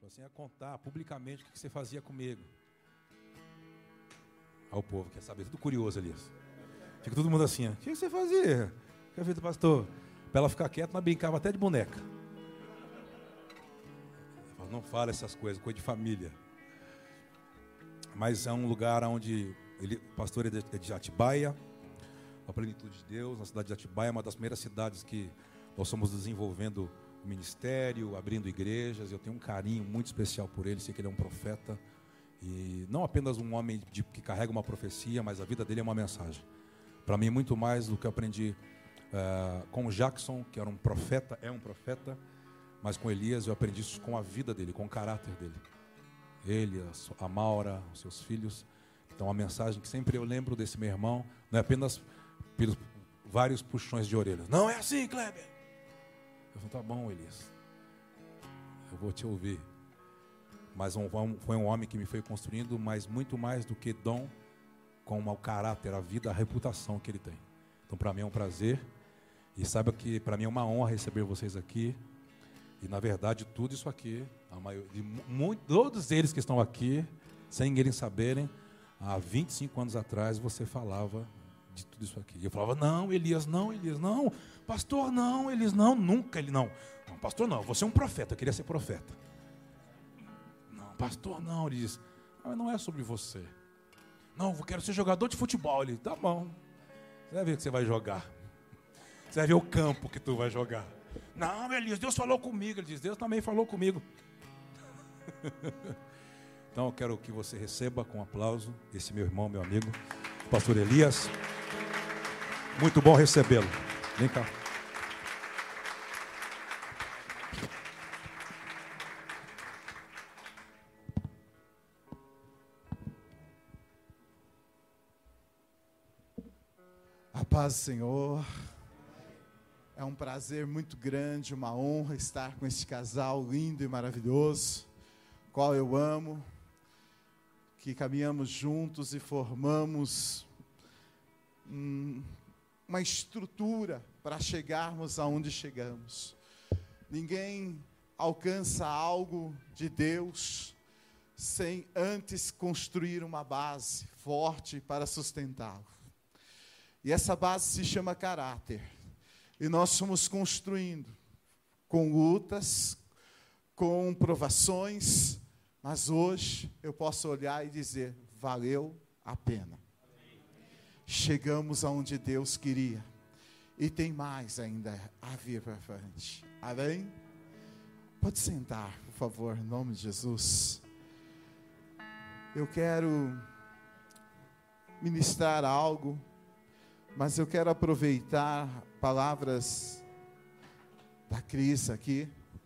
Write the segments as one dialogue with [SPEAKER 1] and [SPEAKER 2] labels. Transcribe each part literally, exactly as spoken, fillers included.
[SPEAKER 1] Falou assim, ia contar publicamente o que você fazia comigo. Aí o povo quer saber, tudo curioso ali. Fica todo mundo assim, ó, o que você fazia? O que a vida do pastor? Para ela ficar quieta, mas brincava até de boneca. Falou, não fala essas coisas, coisa de família. Mas é um lugar onde ele, o pastor é de, é de Atibaia, a plenitude de Deus, na cidade de Atibaia, é uma das primeiras cidades que nós estamos desenvolvendo o ministério, abrindo igrejas. Eu tenho um carinho muito especial por ele, sei que ele é um profeta. E não apenas um homem de, que carrega uma profecia, mas a vida dele é uma mensagem. Para mim, muito mais do que eu aprendi uh, com o Jackson, que era um profeta, é um profeta, mas com Elias eu aprendi isso com a vida dele, com o caráter dele. Ele, a Maura, os seus filhos. Então, uma mensagem que sempre eu lembro desse meu irmão, não é apenas pelos vários puxões de orelhas. Não é assim, Kleber. Eu falo, tá bom, Elias, eu vou te ouvir. Mas um, foi um homem que me foi construindo, mas muito mais do que dom, com o caráter, a vida, a reputação que ele tem. Então, para mim é um prazer. E saiba que para mim é uma honra receber vocês aqui. E, na verdade, tudo isso aqui, a maioria, de muito, todos eles que estão aqui, sem eles saberem, há vinte e cinco anos atrás, você falava de tudo isso aqui. E eu falava, não, Elias, não, Elias, não. Pastor, não, Elias, não. Nunca ele, não. Não, pastor, não. Você é um profeta, eu queria ser profeta. Não, pastor, não. Ele diz, ah, não é sobre você. Não, eu quero ser jogador de futebol. Ele, tá bom. Você vai ver o que você vai jogar. Você vai ver o campo que tu vai jogar. Não, Elias, Deus falou comigo. Ele diz, Deus também falou comigo. Então eu quero que você receba com um aplauso esse meu irmão, meu amigo, pastor Elias. Muito bom recebê-lo. Vem cá.
[SPEAKER 2] A paz do Senhor. É um prazer muito grande, uma honra estar com este casal lindo e maravilhoso, qual eu amo, que caminhamos juntos e formamos hum, uma estrutura para chegarmos aonde chegamos. Ninguém alcança algo de Deus sem antes construir uma base forte para sustentá-lo. E essa base se chama caráter. E nós fomos construindo com lutas, com provações, mas hoje eu posso olhar e dizer, valeu a pena. Chegamos aonde Deus queria. E tem mais ainda a vir para frente. Amém? Pode sentar, por favor, em nome de Jesus. Eu quero ministrar algo, mas eu quero aproveitar palavras da Cris aqui.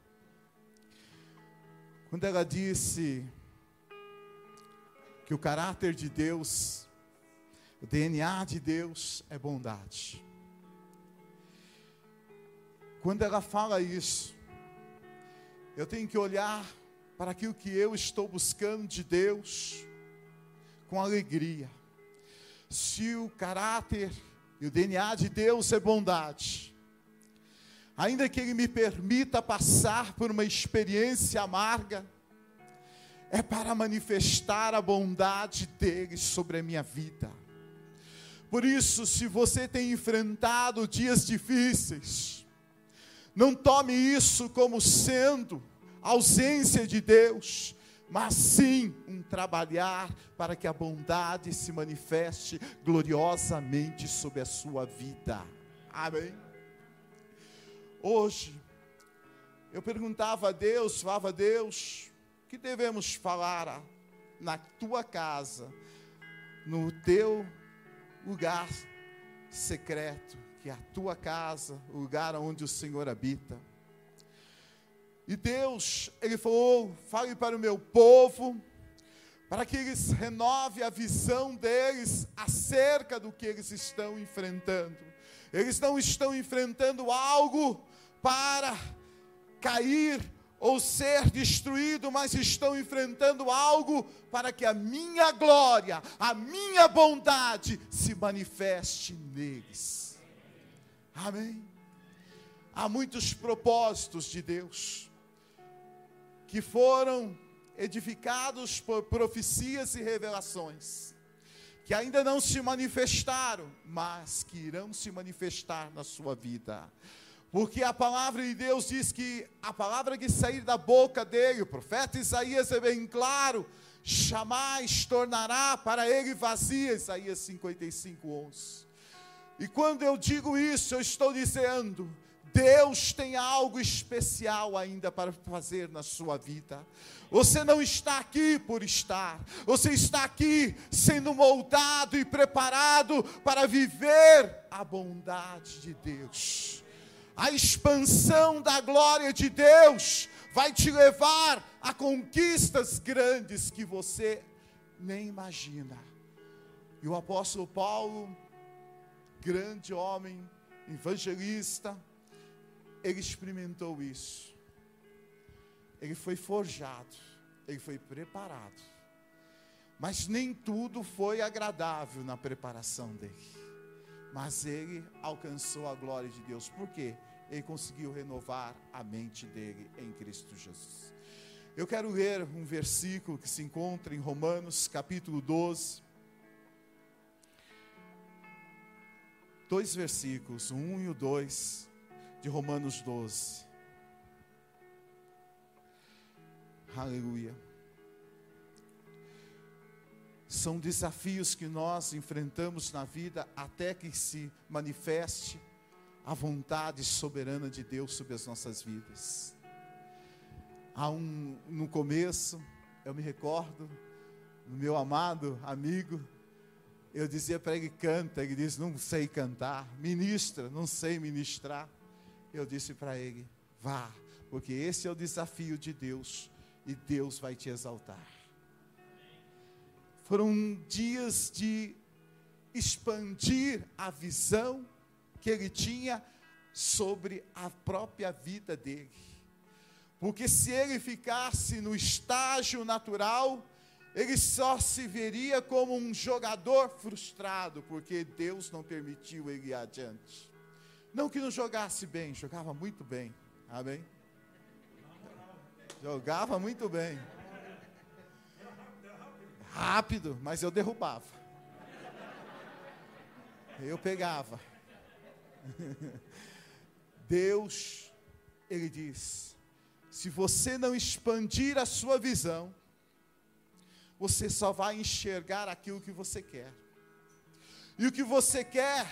[SPEAKER 2] Quando ela disse que o caráter de Deus, o D N A de Deus é bondade. Quando ela fala isso, eu tenho que olhar para aquilo que eu estou buscando de Deus com alegria. Se o caráter e o D N A de Deus é bondade, ainda que Ele me permita passar por uma experiência amarga, é para manifestar a bondade dEle sobre a minha vida. Por isso, se você tem enfrentado dias difíceis, não tome isso como sendo ausência de Deus, mas sim um trabalhar para que a bondade se manifeste gloriosamente sobre a sua vida. Amém? Hoje, eu perguntava a Deus, falava a Deus, o que devemos falar na tua casa, no teu lugar secreto, que é a tua casa, o lugar onde o Senhor habita. E Deus, Ele falou, fale para o meu povo, para que eles renovem a visão deles acerca do que eles estão enfrentando. Eles não estão enfrentando algo para cair ou ser destruído, mas estão enfrentando algo para que a minha glória, a minha bondade se manifeste neles. Amém? Há muitos propósitos de Deus que foram edificados por profecias e revelações, que ainda não se manifestaram, mas que irão se manifestar na sua vida. Porque a palavra de Deus diz que a palavra que sair da boca dele, o profeta Isaías é bem claro, jamais tornará para ele vazia, Isaías cinquenta e cinco, onze. E quando eu digo isso, eu estou dizendo, Deus tem algo especial ainda para fazer na sua vida. Você não está aqui por estar, você está aqui sendo moldado e preparado para viver a bondade de Deus. A expansão da glória de Deus vai te levar a conquistas grandes que você nem imagina. E o apóstolo Paulo, grande homem, evangelista, ele experimentou isso. Ele foi forjado, ele foi preparado. Mas nem tudo foi agradável na preparação dele. Mas ele alcançou a glória de Deus. Por quê? Ele conseguiu renovar a mente dele em Cristo Jesus. Eu quero ler um versículo que se encontra em Romanos, capítulo doze. Dois versículos, o um e o dois, de Romanos doze. Aleluia. São desafios que nós enfrentamos na vida até que se manifeste a vontade soberana de Deus sobre as nossas vidas. Há um, no começo, eu me recordo, do meu amado amigo, eu dizia para ele, canta, ele diz, não sei cantar, ministra, não sei ministrar. Eu disse para ele, vá, porque esse é o desafio de Deus, e Deus vai te exaltar. Foram dias de expandir a visão que ele tinha sobre a própria vida dele. Porque se ele ficasse no estágio natural, ele só se veria como um jogador frustrado, porque Deus não permitiu ele ir adiante. Não que não jogasse bem, jogava muito bem, amém? Jogava muito bem. Rápido, mas eu derrubava. Eu pegava. Deus, Ele diz, se você não expandir a sua visão, você só vai enxergar aquilo que você quer. E o que você quer,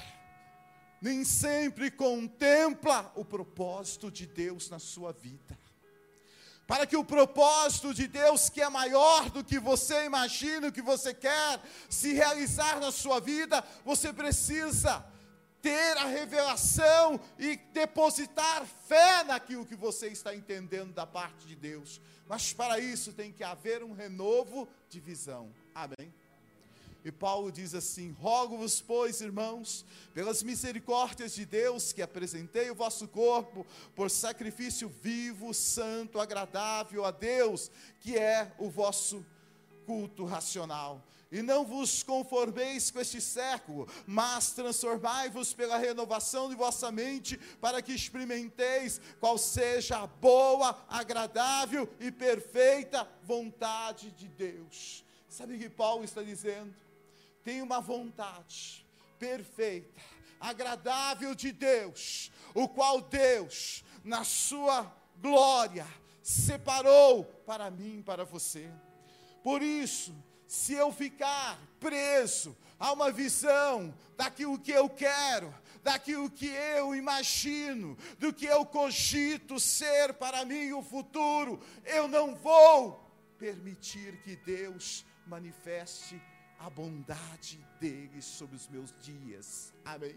[SPEAKER 2] nem sempre contempla o propósito de Deus na sua vida. Para que o propósito de Deus, que é maior do que você imagina, o que você quer se realizar na sua vida, você precisa ter a revelação e depositar fé naquilo que você está entendendo da parte de Deus. Mas para isso tem que haver um renovo de visão. Amém? E Paulo diz assim, rogo-vos, pois, irmãos, pelas misericórdias de Deus, que apresentei o vosso corpo por sacrifício vivo, santo, agradável a Deus, que é o vosso culto racional. E não vos conformeis com este século, mas transformai-vos pela renovação de vossa mente, para que experimenteis qual seja a boa, agradável e perfeita vontade de Deus. Sabe o que Paulo está dizendo? Tem uma vontade perfeita, agradável de Deus, o qual Deus, na sua glória, separou para mim e para você. Por isso, se eu ficar preso a uma visão daquilo que eu quero, daquilo que eu imagino, do que eu cogito ser para mim o futuro, eu não vou permitir que Deus manifeste a bondade dele sobre os meus dias. Amém?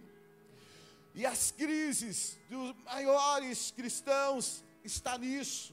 [SPEAKER 2] E as crises dos maiores cristãos estão nisso.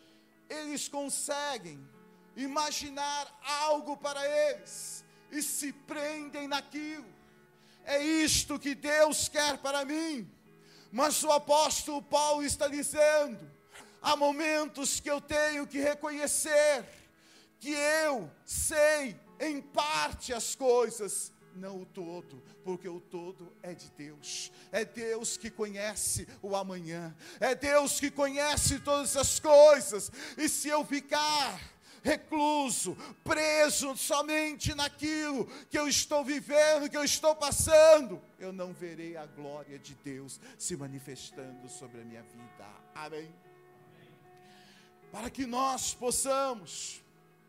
[SPEAKER 2] Eles conseguem imaginar algo para eles e se prendem naquilo. É isto que Deus quer para mim. Mas o apóstolo Paulo está dizendo, há momentos que eu tenho que reconhecer que eu sei em parte as coisas, não o todo, porque o todo é de Deus. É Deus que conhece o amanhã, é Deus que conhece todas as coisas. E se eu ficar recluso, preso somente naquilo que eu estou vivendo, que eu estou passando, eu não verei a glória de Deus se manifestando sobre a minha vida. Amém? Para que nós possamos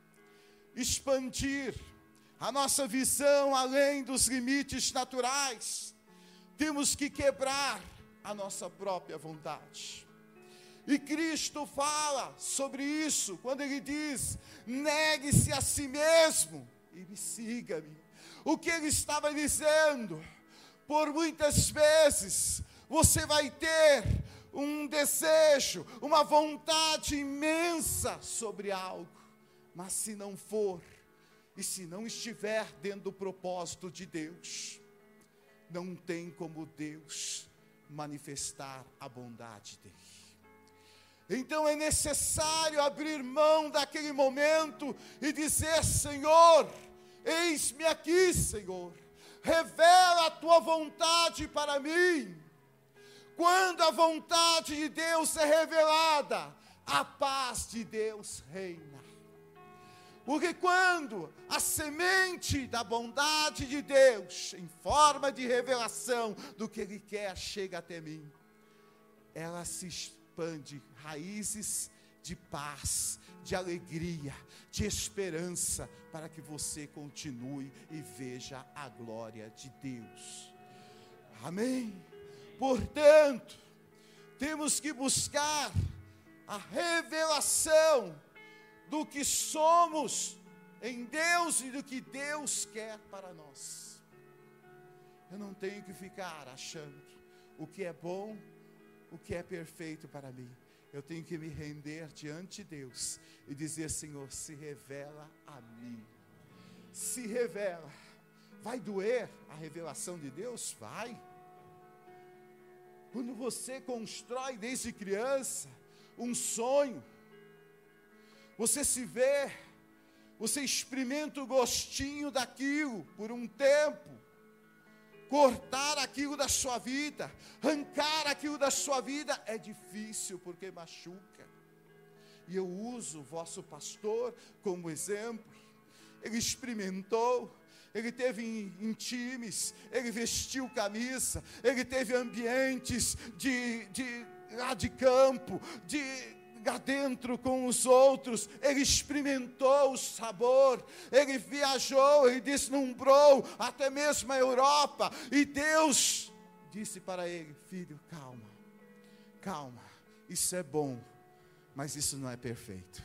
[SPEAKER 2] expandir a nossa visão além dos limites naturais, temos que quebrar a nossa própria vontade. E Cristo fala sobre isso, quando Ele diz, negue-se a si mesmo e me siga-me. O que Ele estava dizendo? Por muitas vezes, você vai ter um desejo, uma vontade imensa sobre algo, mas se não for, e se não estiver dentro do propósito de Deus, não tem como Deus manifestar a bondade dEle. Então é necessário abrir mão daquele momento e dizer, Senhor, eis-me aqui, Senhor, revela a Tua vontade para mim. Quando a vontade de Deus é revelada, a paz de Deus reina. Porque quando a semente da bondade de Deus, em forma de revelação do que Ele quer, chega até mim, ela se expande, raízes de paz, de alegria, de esperança, para que você continue e veja a glória de Deus. Amém? Portanto, temos que buscar a revelação do que somos em Deus e do que Deus quer para nós. Eu não tenho que ficar achando o que é bom, o que é perfeito para mim. Eu tenho que me render diante de Deus e dizer, Senhor, se revela a mim. Se revela. Vai doer a revelação de Deus? Vai. Quando você constrói desde criança um sonho, você se vê, você experimenta o gostinho daquilo por um tempo, cortar aquilo da sua vida, arrancar aquilo da sua vida, é difícil porque machuca. E eu uso o vosso pastor como exemplo. Ele experimentou, ele teve em, em times, ele vestiu camisa, ele teve ambientes de, de, lá de campo, de lá dentro com os outros, ele experimentou o sabor, ele viajou, ele deslumbrou até mesmo a Europa, e Deus disse para ele, filho, calma, calma, isso é bom, mas isso não é perfeito.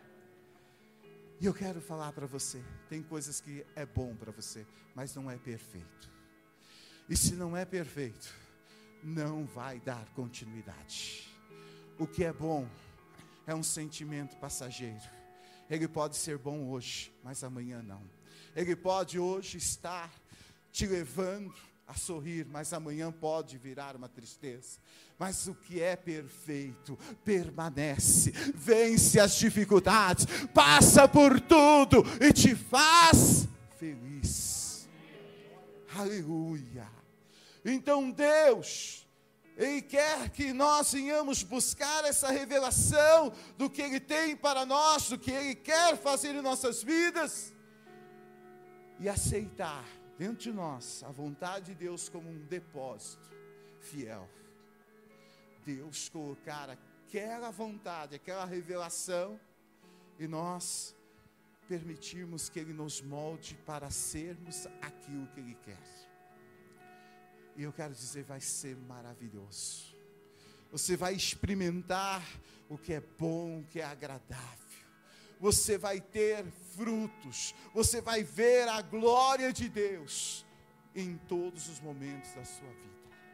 [SPEAKER 2] E eu quero falar para você, tem coisas que é bom para você, mas não é perfeito. E se não é perfeito, não vai dar continuidade. O que é bom é um sentimento passageiro. Ele pode ser bom hoje, mas amanhã não. Ele pode hoje estar te levando a sorrir, mas amanhã pode virar uma tristeza. Mas o que é perfeito permanece, vence as dificuldades, passa por tudo e te faz feliz. Aleluia. Então Deus, Ele quer que nós venhamos buscar essa revelação do que Ele tem para nós, do que Ele quer fazer em nossas vidas, e aceitar dentro de nós a vontade de Deus como um depósito fiel. Deus colocar aquela vontade, aquela revelação, e nós permitirmos que Ele nos molde para sermos aquilo que Ele quer. E eu quero dizer, vai ser maravilhoso. Você vai experimentar o que é bom, o que é agradável. Você vai ter frutos. Você vai ver a glória de Deus em todos os momentos da sua vida.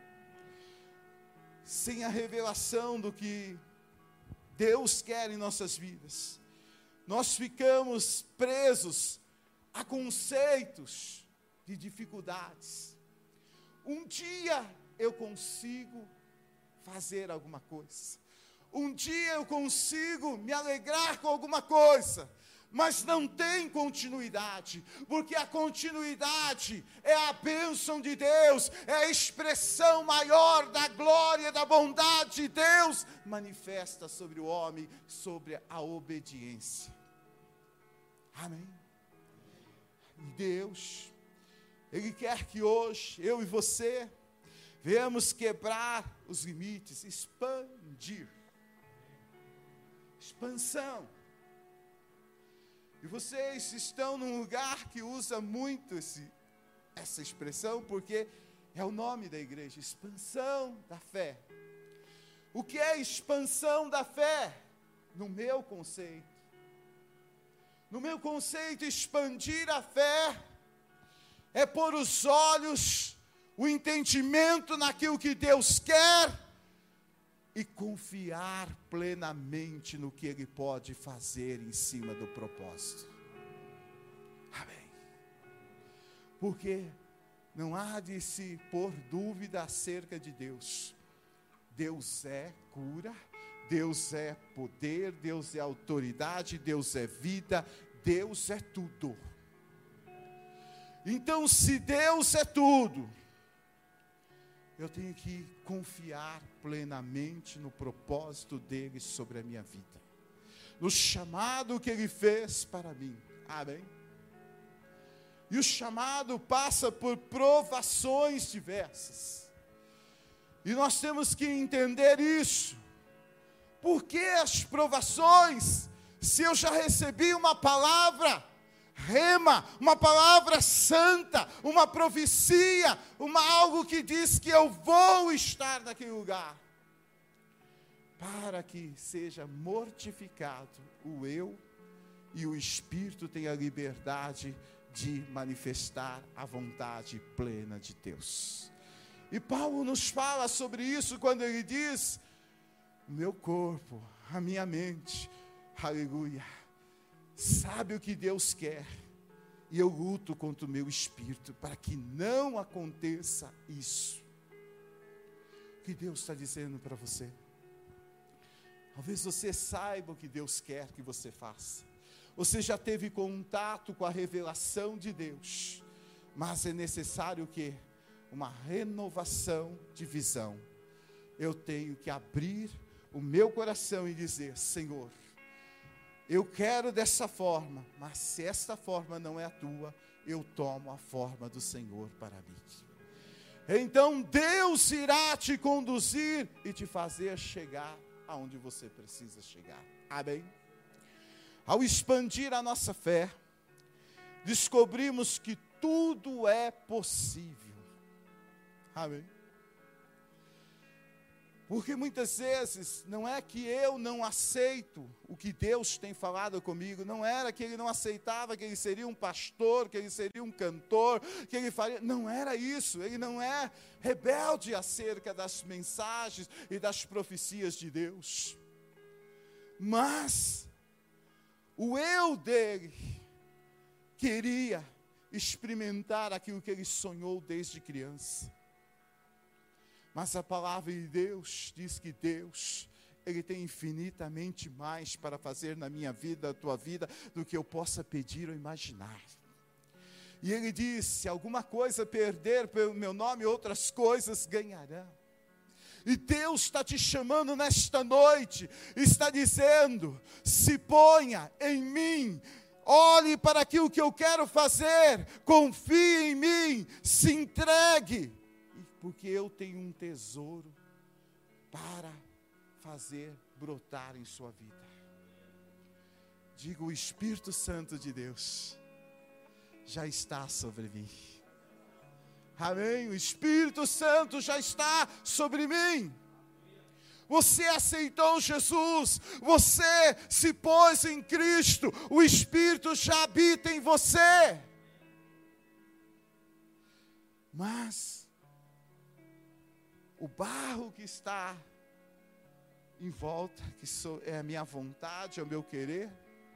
[SPEAKER 2] Sem a revelação do que Deus quer em nossas vidas, nós ficamos presos a conceitos de dificuldades. Um dia eu consigo fazer alguma coisa. Um dia eu consigo me alegrar com alguma coisa. mas não tem continuidade, porque a continuidade é a bênção de Deus, é a expressão maior da glória, da bondade de Deus, manifesta sobre o homem, sobre a obediência. Amém? E Deus, Ele quer que hoje, eu e você, venhamos quebrar os limites, expandir. Expansão. E vocês estão num lugar que usa muito esse, essa expressão, porque é o nome da igreja, expansão da fé. O que é expansão da fé? No meu conceito. No meu conceito, expandir a fé é pôr os olhos, o entendimento naquilo que Deus quer e confiar plenamente no que Ele pode fazer em cima do propósito. Amém. Porque não há de se pôr dúvida acerca de Deus. Deus é cura, Deus é poder, Deus é autoridade, Deus é vida, Deus é tudo. Então, se Deus é tudo, eu tenho que confiar plenamente no propósito dele sobre a minha vida, no chamado que ele fez para mim. Amém? E o chamado passa por provações diversas, e nós temos que entender isso. Por que as provações? Se eu já recebi uma palavra rema, uma palavra santa, uma profecia, uma algo que diz que eu vou estar naquele lugar, para que seja mortificado o eu e o Espírito tenha liberdade de manifestar a vontade plena de Deus. E Paulo nos fala sobre isso quando ele diz: o meu corpo, a minha mente, aleluia, sabe o que Deus quer, e eu luto contra o meu espírito, para que não aconteça isso. O que Deus está dizendo para você? Talvez você saiba o que Deus quer que você faça, você já teve contato com a revelação de Deus, mas é necessário o quê? Uma renovação de visão. Eu tenho que abrir o meu coração e dizer: Senhor, eu quero dessa forma, mas se esta forma não é a tua, eu tomo a forma do Senhor para mim. Então Deus irá te conduzir e te fazer chegar aonde você precisa chegar. Amém? Ao expandir a nossa fé, descobrimos que tudo é possível. Amém? Porque muitas vezes, não é que eu não aceito o que Deus tem falado comigo, não era que ele não aceitava que ele seria um pastor, que ele seria um cantor, que ele faria, não era isso, ele não é rebelde acerca das mensagens e das profecias de Deus, mas o eu dele queria experimentar aquilo que ele sonhou desde criança. Mas a palavra de Deus diz que Deus, Ele tem infinitamente mais para fazer na minha vida, na tua vida, do que eu possa pedir ou imaginar. E Ele diz: se alguma coisa perder pelo meu nome, outras coisas ganharão. E Deus está te chamando nesta noite, está dizendo: se ponha em mim, olhe para aquilo que eu quero fazer, confie em mim, se entregue. Porque eu tenho um tesouro para fazer brotar em sua vida. Digo: o Espírito Santo de Deus já está sobre mim. Amém? O Espírito Santo já está sobre mim. Você aceitou Jesus, você se pôs em Cristo, o Espírito já habita em você. Mas o barro que está em volta, que sou, é a minha vontade, é o meu querer,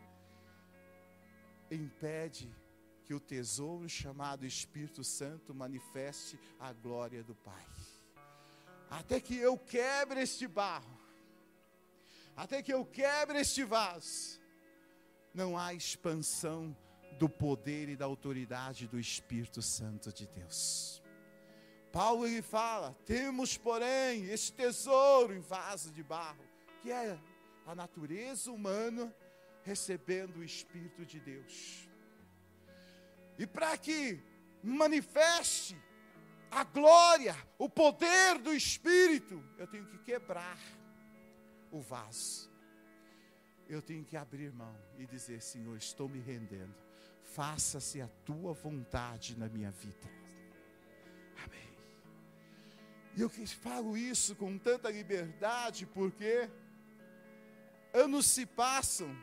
[SPEAKER 2] impede que o tesouro chamado Espírito Santo manifeste a glória do Pai. Até que eu quebre este barro, até que eu quebre este vaso, não há expansão do poder e da autoridade do Espírito Santo de Deus. Paulo ele fala: temos, porém, este tesouro em vaso de barro, que é a natureza humana recebendo o Espírito de Deus. E para que manifeste a glória, o poder do Espírito, eu tenho que quebrar o vaso. Eu tenho que abrir mão e dizer: Senhor, estou me rendendo. Faça-se a tua vontade na minha vida. Amém. E eu falo isso com tanta liberdade porque anos se passam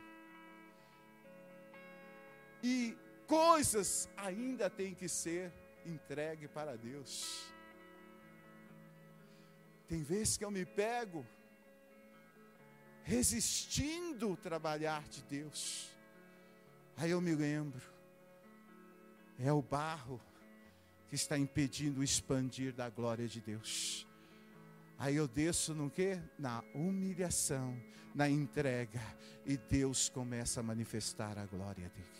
[SPEAKER 2] e coisas ainda têm que ser entregue para Deus. Tem vezes que eu me pego resistindo trabalhar de Deus. Aí eu me lembro, é o barro que está impedindo o expandir da glória de Deus. Aí eu desço no quê? Na humilhação, na entrega, e Deus começa a manifestar a glória dele.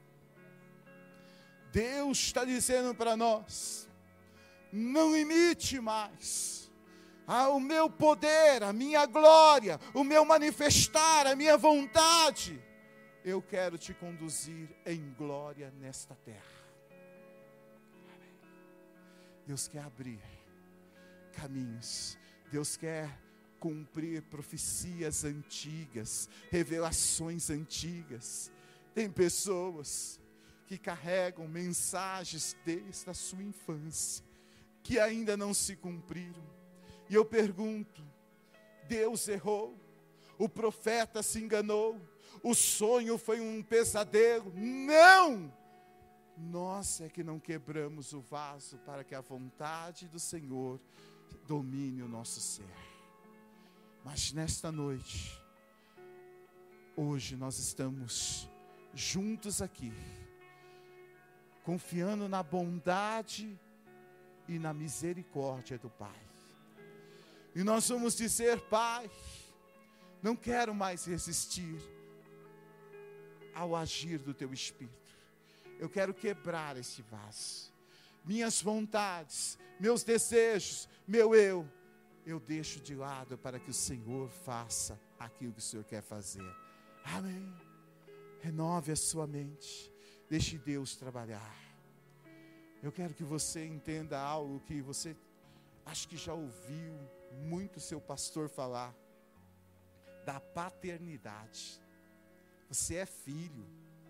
[SPEAKER 2] Deus está dizendo para nós: não limite mais ah, o meu poder, a minha glória, o meu manifestar, a minha vontade. Eu quero te conduzir em glória nesta terra. Amém. Deus quer abrir caminhos. Deus quer cumprir profecias antigas, revelações antigas. Tem pessoas que carregam mensagens desde a sua infância, que ainda não se cumpriram. E eu pergunto: Deus errou? O profeta se enganou? O sonho foi um pesadelo? Não! Nós é que não quebramos o vaso para que a vontade do Senhor domine o nosso ser. Mas nesta noite, hoje nós estamos juntos aqui, confiando na bondade e na misericórdia do Pai. E nós vamos dizer: Pai, não quero mais resistir ao agir do Teu Espírito. Eu quero quebrar esse vaso. Minhas vontades, meus desejos, meu eu, eu deixo de lado para que o Senhor faça aquilo que o Senhor quer fazer. Amém. Renove a sua mente. Deixe Deus trabalhar. Eu quero que você entenda algo que você acho que já ouviu muito seu pastor falar: da paternidade. Você é filho.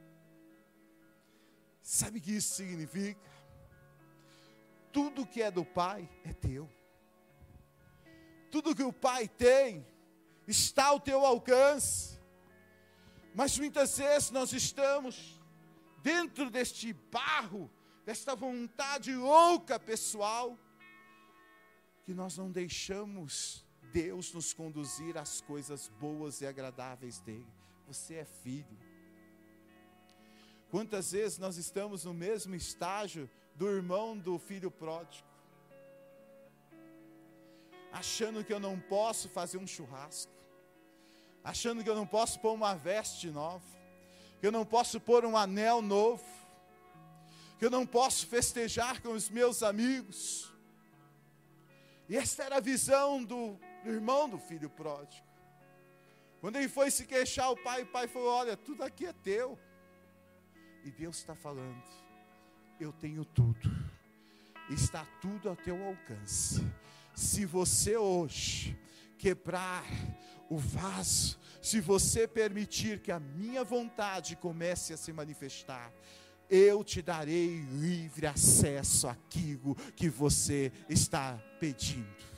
[SPEAKER 2] Sabe o que isso significa? Tudo que é do Pai é teu. Tudo que o Pai tem está ao teu alcance. Mas muitas vezes nós estamos dentro deste barro, desta vontade louca pessoal, que nós não deixamos Deus nos conduzir às coisas boas e agradáveis dele. Você é filho. Quantas vezes nós estamos no mesmo estágio do irmão do filho pródigo, achando que eu não posso fazer um churrasco, achando que eu não posso pôr uma veste nova, que eu não posso pôr um anel novo, que eu não posso festejar com os meus amigos. E esta era a visão do irmão do filho pródigo. Quando ele foi se queixar ao pai, o pai falou: olha, tudo aqui é teu. E Deus está falando: eu tenho tudo, está tudo ao teu alcance. Se você hoje quebrar o vaso, se você permitir que a minha vontade comece a se manifestar, eu te darei livre acesso àquilo que você está pedindo.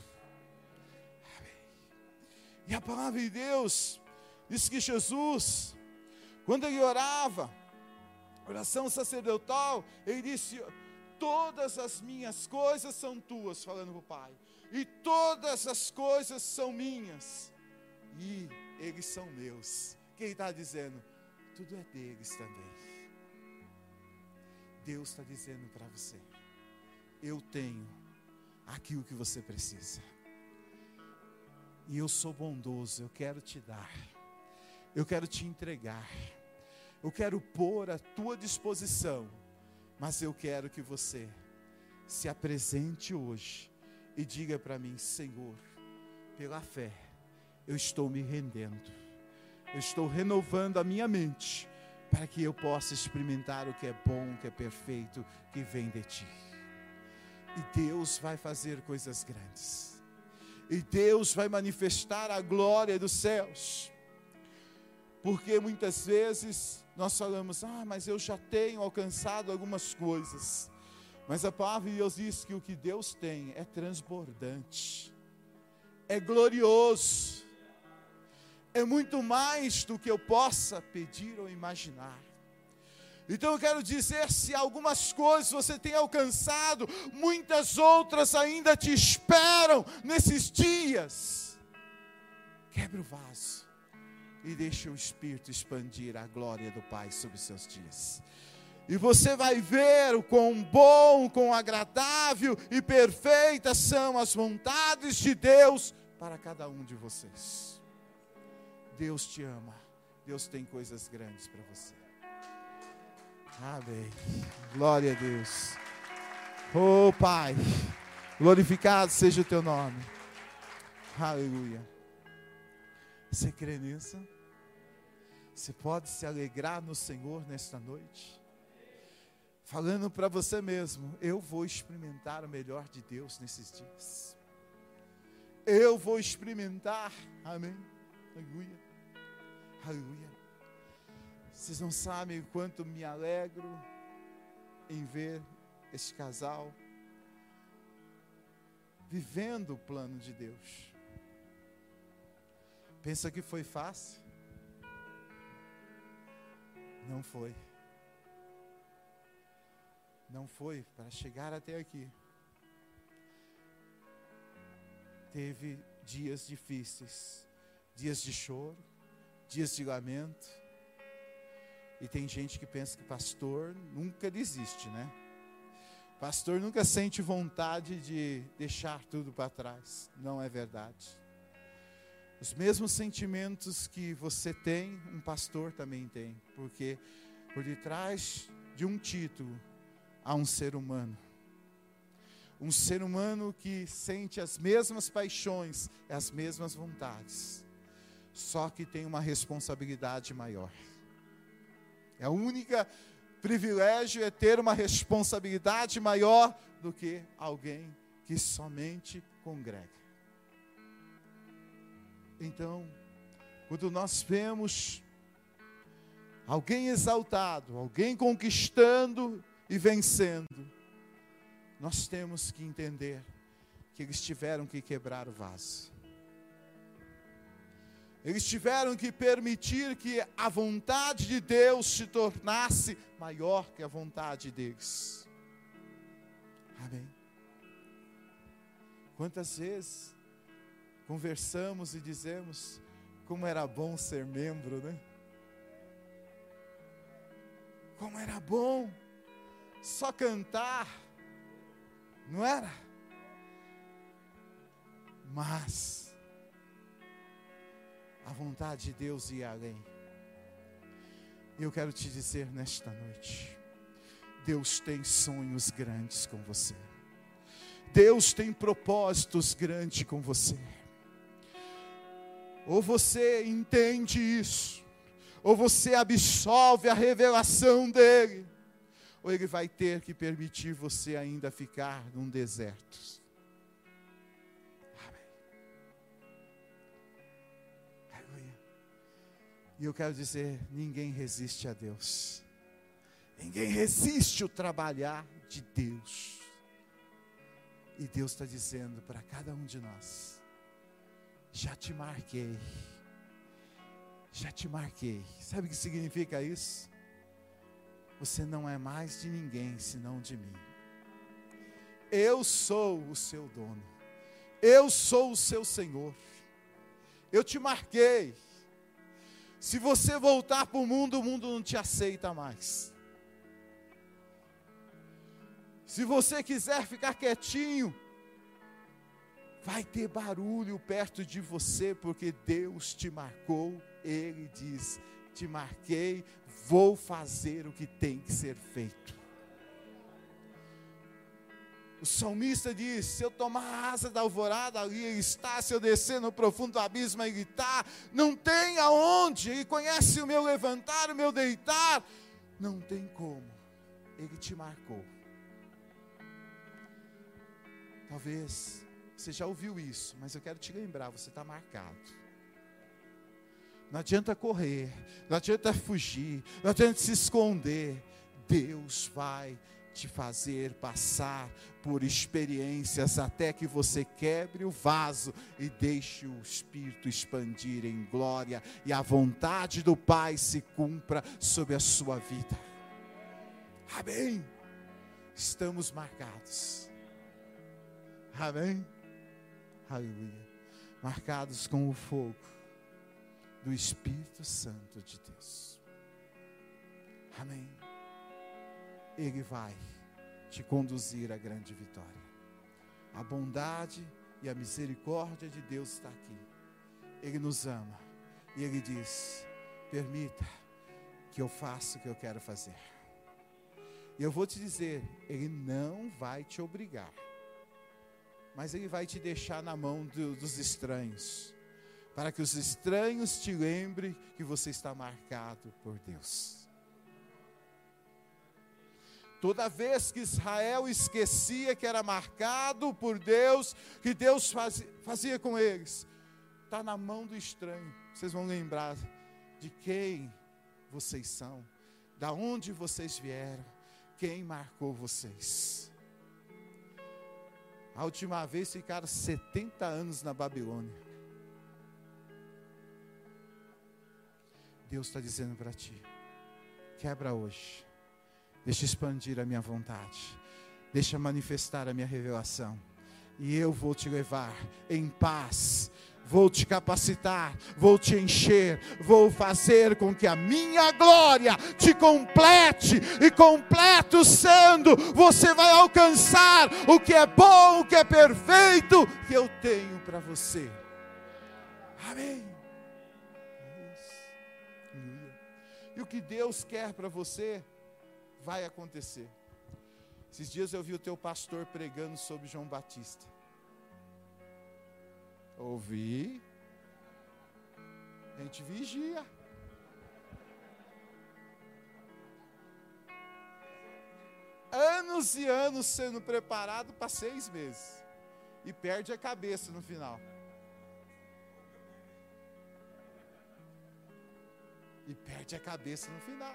[SPEAKER 2] E a palavra de Deus diz que Jesus, quando ele orava, oração sacerdotal, ele disse: todas as minhas coisas são tuas, falando para o Pai, e todas as coisas são minhas, e eles são meus. Quem está dizendo? Tudo é deles também. Deus está dizendo para você: eu tenho aquilo que você precisa, e eu sou bondoso, eu quero te dar, eu quero te entregar, Eu quero pôr à tua disposição, mas eu quero que você se apresente hoje e diga para mim: Senhor, pela fé, eu estou me rendendo, eu estou renovando a minha mente, para que eu possa experimentar o que é bom, o que é perfeito, que vem de ti. E Deus vai fazer coisas grandes, e Deus vai manifestar a glória dos céus, porque muitas vezes nós falamos: ah, mas eu já tenho alcançado algumas coisas. Mas a palavra de Deus diz que o que Deus tem é transbordante, é glorioso, é muito mais do que eu possa pedir ou imaginar. Então eu quero dizer, se algumas coisas você tem alcançado, muitas outras ainda te esperam nesses dias. Quebre o vaso e deixe o Espírito expandir a glória do Pai sobre os seus dias. E você vai ver o quão bom, quão agradável e perfeitas são as vontades de Deus para cada um de vocês. Deus te ama. Deus tem coisas grandes para você. Amém. Glória a Deus. Oh Pai, glorificado seja o teu nome. Aleluia. Você crê nisso? Você pode se alegrar no Senhor nesta noite? Falando para você mesmo: eu vou experimentar o melhor de Deus nesses dias. Eu vou experimentar. Amém. Aleluia. Aleluia. Vocês não sabem o quanto me alegro em ver este casal vivendo o plano de Deus. Pensa que foi fácil? Não foi. Não foi para chegar até aqui. Teve dias difíceis, dias de choro, dias de lamento. E tem gente que pensa que pastor nunca desiste, né? Pastor nunca sente vontade de deixar tudo para trás. Não é verdade. Os mesmos sentimentos que você tem, um pastor também tem. Porque por detrás de um título há um ser humano. Um ser humano que sente as mesmas paixões, as mesmas vontades. Só que tem uma responsabilidade maior. É a única privilégio é ter uma responsabilidade maior do que alguém que somente congrega. Então, quando nós vemos alguém exaltado, alguém conquistando e vencendo, nós temos que entender que eles tiveram que quebrar o vaso. Eles tiveram que permitir que a vontade de Deus se tornasse maior que a vontade deles. Amém. Quantas vezes conversamos e dizemos como era bom ser membro, né? Como era bom só cantar, não era? Mas a vontade de Deus ia além. E eu quero te dizer nesta noite: Deus tem sonhos grandes com você. Deus tem propósitos grandes com você. Ou você entende isso, ou você absorve a revelação dele, ou ele vai ter que permitir você ainda ficar num deserto. E eu quero dizer, ninguém resiste a Deus. Ninguém resiste o trabalhar de Deus. E Deus está dizendo para cada um de nós: já te marquei. Já te marquei. Sabe o que significa isso? Você não é mais de ninguém senão de mim. Eu sou o seu dono. Eu sou o seu Senhor. Eu te marquei. Se você voltar para o mundo, o mundo não te aceita mais. Se você quiser ficar quietinho, vai ter barulho perto de você, porque Deus te marcou. Ele diz: te marquei, vou fazer o que tem que ser feito. O salmista diz, se eu tomar a asa da alvorada, ali ele está, se eu descer no profundo abismo, ele está, não tem aonde, ele conhece o meu levantar, o meu deitar, não tem como, ele te marcou. Talvez você já ouviu isso, mas eu quero te lembrar, você está marcado. Não adianta correr, não adianta fugir, não adianta se esconder. Deus vai te fazer passar por experiências até que você quebre o vaso e deixe o Espírito expandir em glória e a vontade do Pai se cumpra sobre a sua vida. Amém? Estamos marcados. Amém? Aleluia. Marcados com o fogo do Espírito Santo de Deus. Amém. Ele vai te conduzir à grande vitória. A bondade e a misericórdia de Deus está aqui. Ele nos ama. E Ele diz, permita que eu faça o que eu quero fazer. E eu vou te dizer, Ele não vai te obrigar. Mas Ele vai te deixar na mão do, dos estranhos. Para que os estranhos te lembrem que você está marcado por Deus. Toda vez que Israel esquecia que era marcado por Deus, que Deus fazia, fazia com eles, está na mão do estranho. Vocês vão lembrar de quem vocês são, da onde vocês vieram, quem marcou vocês. A última vez ficaram setenta anos na Babilônia. Deus está dizendo para ti, quebra hoje. Deixa expandir a minha vontade. Deixa manifestar a minha revelação. E eu vou te levar em paz. Vou te capacitar. Vou te encher. Vou fazer com que a minha glória te complete. E completo sendo, você vai alcançar o que é bom, o que é perfeito, que eu tenho para você. Amém. E o que Deus quer para você vai acontecer. Esses dias eu vi o teu pastor pregando sobre João Batista. Ouvi. A gente vigia. Anos e anos sendo preparado para seis meses. E perde a cabeça no final. E perde a cabeça no final.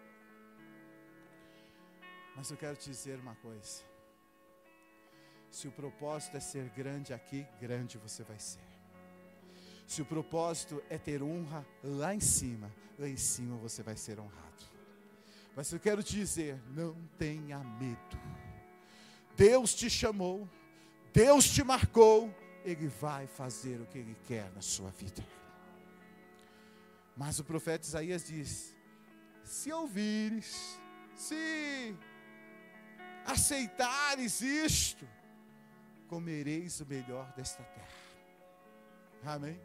[SPEAKER 2] Mas eu quero te dizer uma coisa. Se o propósito é ser grande aqui, grande você vai ser. Se o propósito é ter honra lá em cima, lá em cima você vai ser honrado. Mas eu quero te dizer, não tenha medo. Deus te chamou, Deus te marcou, Ele vai fazer o que Ele quer na sua vida. Mas o profeta Isaías diz, se ouvires, se aceitares isto, comereis o melhor desta terra. Amém?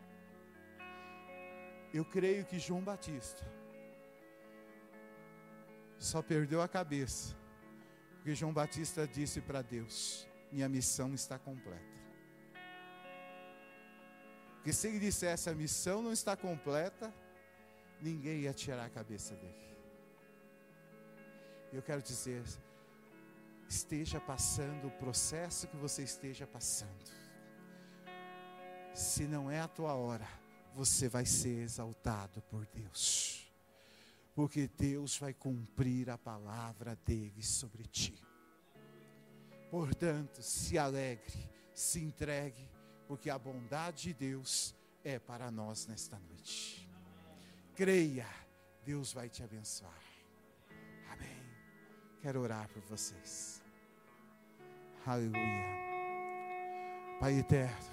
[SPEAKER 2] Eu creio que João Batista só perdeu a cabeça, porque João Batista disse para Deus, minha missão está completa. Porque se ele dissesse, a missão não está completa, ninguém ia tirar a cabeça dele. Eu quero dizer, esteja passando o processo que você esteja passando. Se não é a tua hora, você vai ser exaltado por Deus. Porque Deus vai cumprir a palavra dele sobre ti. Portanto, se alegre, se entregue, porque a bondade de Deus é para nós nesta noite. Creia, Deus vai te abençoar. Amém. Quero orar por vocês. Aleluia. Pai eterno,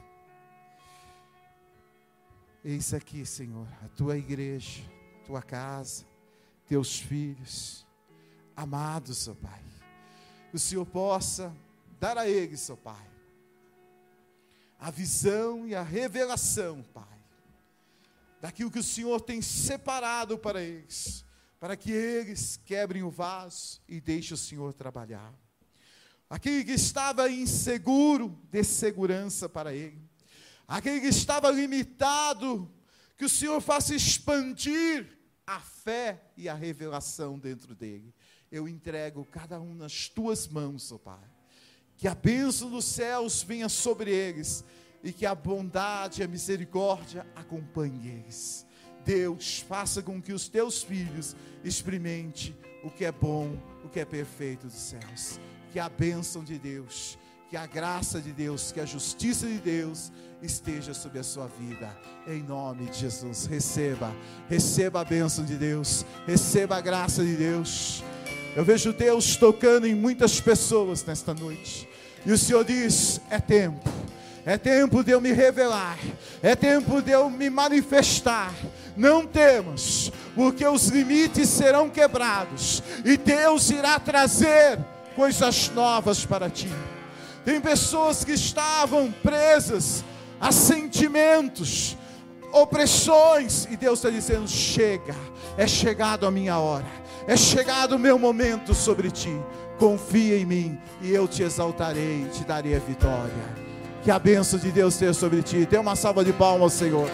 [SPEAKER 2] eis aqui, Senhor, a tua igreja, tua casa, teus filhos, amados, ó Pai. Que o Senhor possa dar a eles, ó Pai, a visão e a revelação, Pai, daquilo que o Senhor tem separado para eles, para que eles quebrem o vaso e deixem o Senhor trabalhar. Aquele que estava inseguro, dê segurança para ele. Aquele que estava limitado, que o Senhor faça expandir a fé e a revelação dentro dele. Eu entrego cada um nas tuas mãos, ó Pai. Que a bênção dos céus venha sobre eles e que a bondade e a misericórdia acompanhem eles. Deus, faça com que os teus filhos experimentem o que é bom, o que é perfeito dos céus. Que a bênção de Deus, que a graça de Deus, que a justiça de Deus esteja sobre a sua vida, em nome de Jesus. Receba, receba a bênção de Deus, receba a graça de Deus. Eu vejo Deus tocando em muitas pessoas nesta noite, e o Senhor diz: é tempo, é tempo de eu me revelar, é tempo de eu me manifestar. Não temas, porque os limites serão quebrados, e Deus irá trazer coisas novas para ti. Tem pessoas que estavam presas a sentimentos, opressões, e Deus está dizendo: chega, é chegado a minha hora, é chegado o meu momento sobre ti. Confia em mim e eu te exaltarei, te darei a vitória. Que a bênção de Deus esteja sobre ti. Dê uma salva de palmas ao Senhor.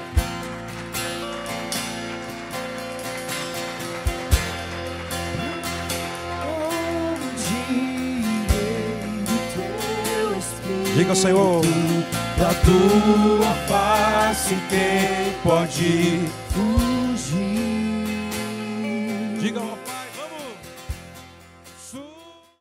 [SPEAKER 1] Diga, Senhor,
[SPEAKER 3] da tua face quem pode